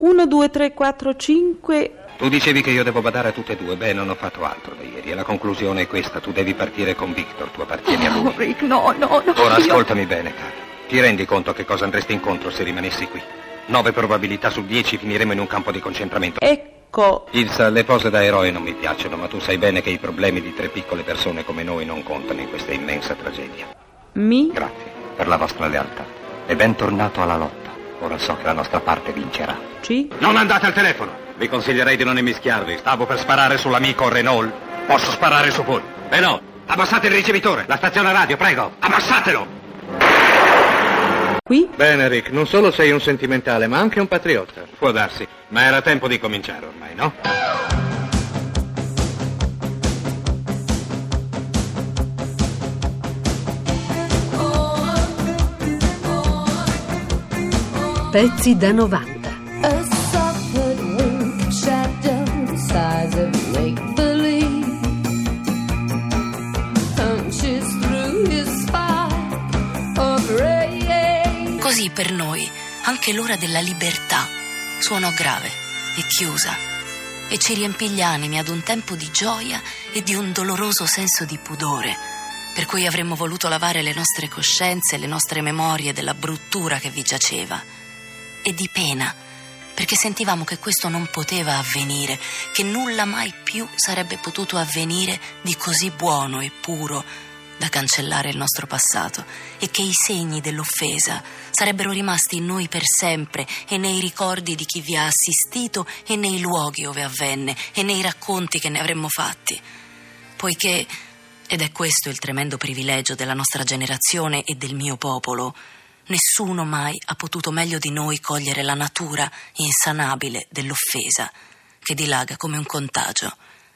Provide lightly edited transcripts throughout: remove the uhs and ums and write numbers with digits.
1, 2, 3, 4, 5... Tu dicevi che io devo badare a tutte e due. Beh, non ho fatto altro da ieri. E la conclusione è questa. Tu devi partire con Victor. Tu appartieni a lui. Rick, no. Ora ascoltami bene, cara. Ti rendi conto a che cosa andresti incontro se rimanessi qui? 9 probabilità su 10 finiremo in un campo di concentramento. Ecco. Ilsa, le pose da eroe non mi piacciono, ma tu sai bene che i problemi di 3 piccole persone come noi non contano in questa immensa tragedia. Grazie per la vostra lealtà. E bentornato alla lotta. Ora so che la nostra parte vincerà. Non andate al telefono. Vi consiglierei di non immischiarvi. Stavo per sparare sull'amico Renault. Posso sparare su voi? No. Abbassate il ricevitore. La stazione radio, prego. Abbassatelo. Qui? Bene, Rick. Non solo sei un sentimentale, ma anche un patriota. Può darsi. Ma era tempo di cominciare ormai, no? Pezzi da 90. Così per noi anche l'ora della libertà suonò grave e chiusa e ci riempì gli animi ad un tempo di gioia e di un doloroso senso di pudore, per cui avremmo voluto lavare le nostre coscienze e le nostre memorie della bruttura che vi giaceva, e di pena, perché sentivamo che questo non poteva avvenire, che nulla mai più sarebbe potuto avvenire di così buono e puro da cancellare il nostro passato, e che i segni dell'offesa sarebbero rimasti in noi per sempre, e nei ricordi di chi vi ha assistito, e nei luoghi ove avvenne, e nei racconti che ne avremmo fatti, poiché, ed è questo il tremendo privilegio della nostra generazione e del mio popolo, nessuno mai ha potuto meglio di noi cogliere la natura insanabile dell'offesa, che dilaga come un contagio.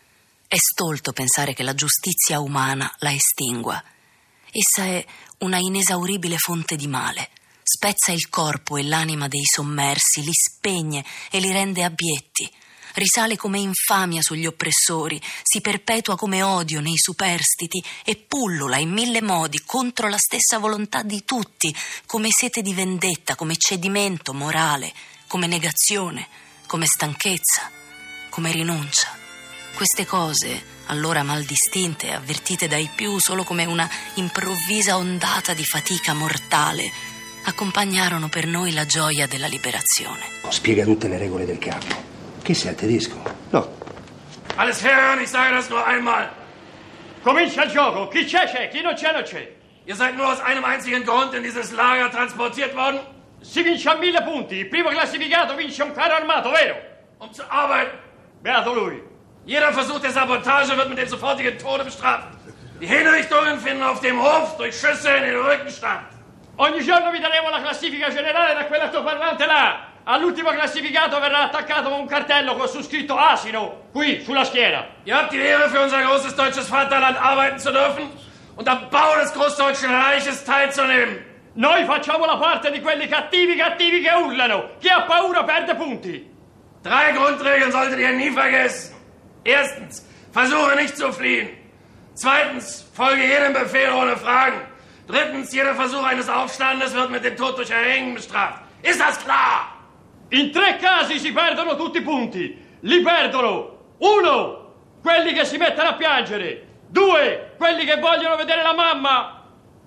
È stolto pensare che la giustizia umana la estingua. Essa è una inesauribile fonte di male. Spezza il corpo e l'anima dei sommersi, li spegne e li rende abietti. Risale come infamia sugli oppressori, si perpetua come odio nei superstiti e pullula in 1000 modi contro la stessa volontà di tutti, come sete di vendetta, come cedimento morale, come negazione, come stanchezza, come rinuncia. Queste cose, allora mal distinte e avvertite dai più solo come una improvvisa ondata di fatica mortale, accompagnarono per noi la gioia della liberazione. Spiega tutte le regole del campo. Che sei, tedesco? No. Alles hören, ich sage das nur einmal. Comincia il gioco. Chi c'è, chi non c'è, non c'è. Ihr seid nur aus einem einzigen Grund in dieses Lager transportiert worden? Si vince a 1000 punti. Il primo classificato vince un carro armato, vero? Um zu arbeiten. Beato lui. Jeder Versuch der Sabotage wird mit dem sofortigen Tode bestraft. Die Hinrichtungen finden auf dem Hof durch Schüsse in den Rücken statt. Ogni giorno vi daremo la classifica generale da quell'altoparlante là. All'ultimo classificato verrà attaccato un cartello con su scritto asino, qui, sulla schiena. Ihr habt die Ehre, für unser großes deutsches Vaterland arbeiten zu dürfen und am Bau des Großdeutschen Reiches teilzunehmen. Noi facciamo la parte di quelli cattivi che urlano. Chi ha paura perde punti. 3 Grundregeln solltet ihr nie vergessen. Erstens, versuche nicht zu fliehen. Zweitens, folge jedem Befehl ohne Fragen. Drittens, jeder Versuch eines Aufstandes wird mit dem Tod durch Erhängen bestraft. Ist das klar? In 3 casi si perdono tutti i punti. Li perdono 1, quelli che si mettono a piangere. 2, quelli che vogliono vedere la mamma.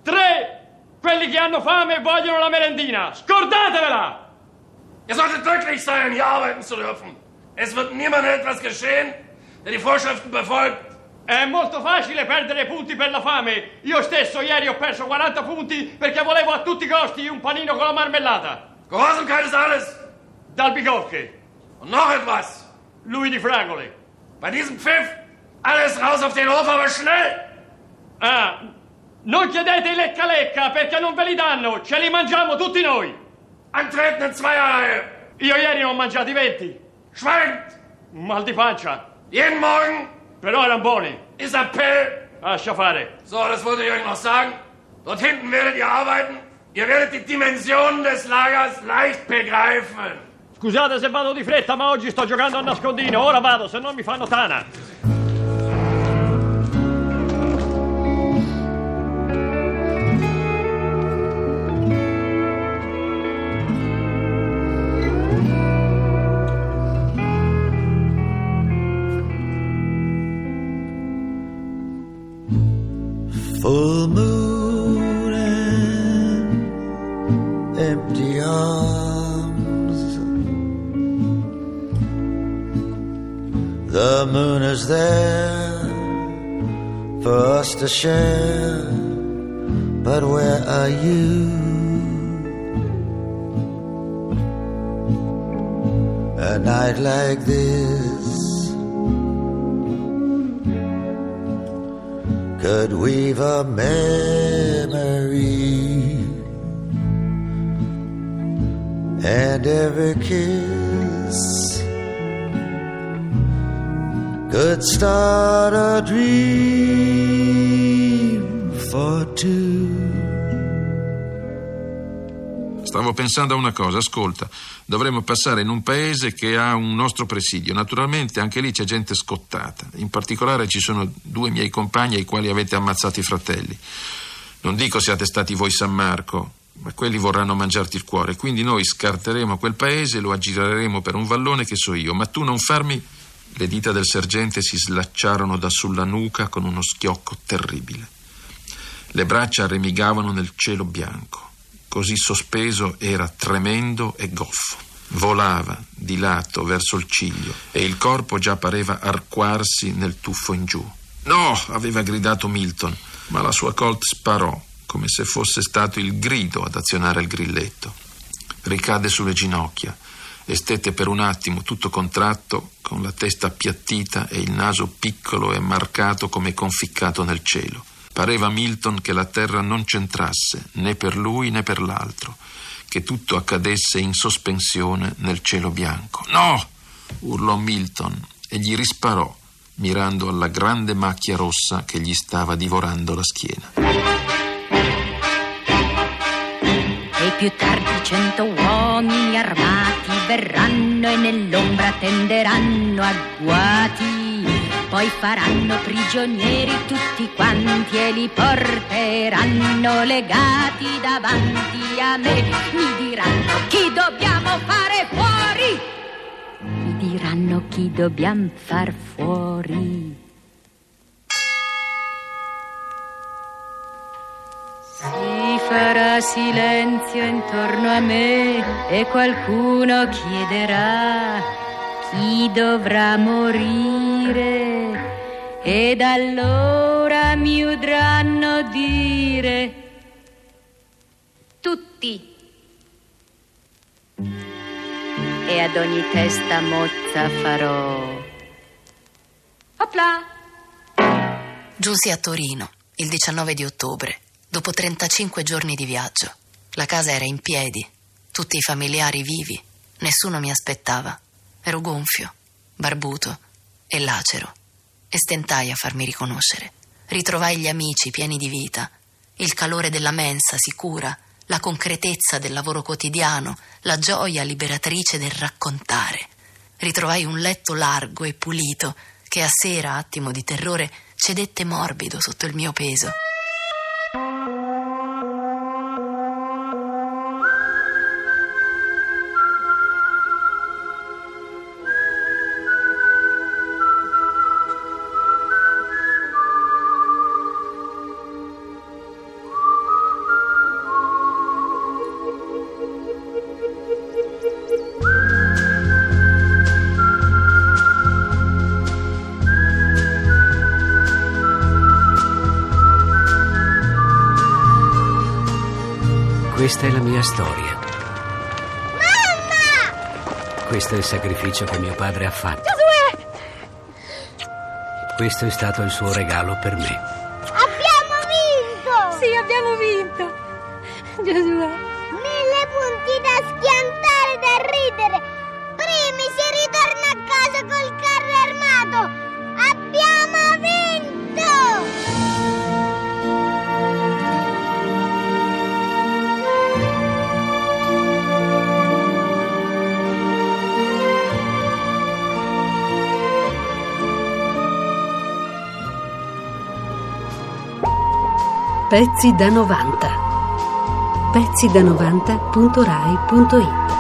3, quelli che hanno fame e vogliono la merendina. Scordatevela! Ihr solltet glücklich sein, hier arbeiten zu dürfen. Es wird niemandem etwas geschehen, der die Vorschriften befolgt. È molto facile perdere punti per la fame. Io stesso ieri ho perso 40 punti perché volevo a tutti i costi un panino con la marmellata. Gehorsamkeit ist alles. Dal Bicocche. Und noch etwas. Lui di Fragole. Bei diesem Pfiff, alles raus auf den Hof, aber schnell. Ah, non chiedete i lecca perché non ve li danno. Ce li mangiamo tutti noi. Antreten in Zweierreihe. Io ieri ne ho mangiati 20. Schweigend. Mal di pancia. Jeden Morgen. Però erano buoni. Ist Appell. Lascia fare. So, das wollte ich euch noch sagen. Dort hinten werdet ihr arbeiten. Ihr werdet die Dimensionen des Lagers leicht begreifen. Scusate se vado di fretta, ma oggi sto giocando a nascondino. Ora vado, se no mi fanno tana. The moon is there for us to share, but where are you? A night like this could weave a memory, and every kiss could start a dream for two. Stavo pensando a una cosa, ascolta, dovremmo passare in un paese che ha un nostro presidio. Naturalmente anche lì c'è gente scottata. In particolare ci sono 2 miei compagni ai quali avete ammazzato i fratelli. Non dico siate stati voi San Marco, ma quelli vorranno mangiarti il cuore. Quindi noi scarteremo quel paese e lo aggireremo per un vallone che so io. Ma tu non farmi... Le dita del sergente si slacciarono da sulla nuca con uno schiocco terribile. Le braccia remigavano nel cielo bianco. Così sospeso era tremendo e goffo. Volava di lato verso il ciglio e il corpo già pareva arcuarsi nel tuffo in giù. No! Aveva gridato Milton, ma la sua Colt sparò, come se fosse stato il grido ad azionare il grilletto. Ricadde sulle ginocchia e stette per un attimo tutto contratto, con la testa appiattita e il naso piccolo e marcato come conficcato nel cielo. Pareva a Milton che la terra non c'entrasse né per lui né per l'altro, che tutto accadesse in sospensione nel cielo bianco. No! Urlò Milton e gli risparò, mirando alla grande macchia rossa che gli stava divorando la schiena. E più tardi 100 uomini armati verranno e nell'ombra tenderanno agguati. Poi faranno prigionieri tutti quanti e li porteranno legati davanti a me. Mi diranno chi dobbiamo fare fuori. Mi diranno chi dobbiamo far fuori. Si farà silenzio intorno a me e qualcuno chiederà chi dovrà morire. Ed allora mi udranno dire tutti. E ad ogni testa mozza farò opla. Giunsi a Torino il 19 di ottobre, dopo 35 giorni di viaggio. La casa era in piedi, tutti i familiari vivi, nessuno mi aspettava. Ero gonfio, barbuto e lacero. E stentai a farmi riconoscere. Ritrovai gli amici pieni di vita, il calore della mensa sicura, la concretezza del lavoro quotidiano, la gioia liberatrice del raccontare. Ritrovai un letto largo e pulito che a sera, attimo di terrore, cedette morbido sotto il mio peso. Questa è la mia storia. Mamma! Questo è il sacrificio che mio padre ha fatto. Giosuè! Questo è stato il suo regalo per me. Abbiamo vinto! Sì, abbiamo vinto. Giosuè. 1000 punti da schiantare, da ridere. Primi si ritorna a casa col carro armato. Abbiamo vinto! Pezzi da 90. pezzida90.rai.it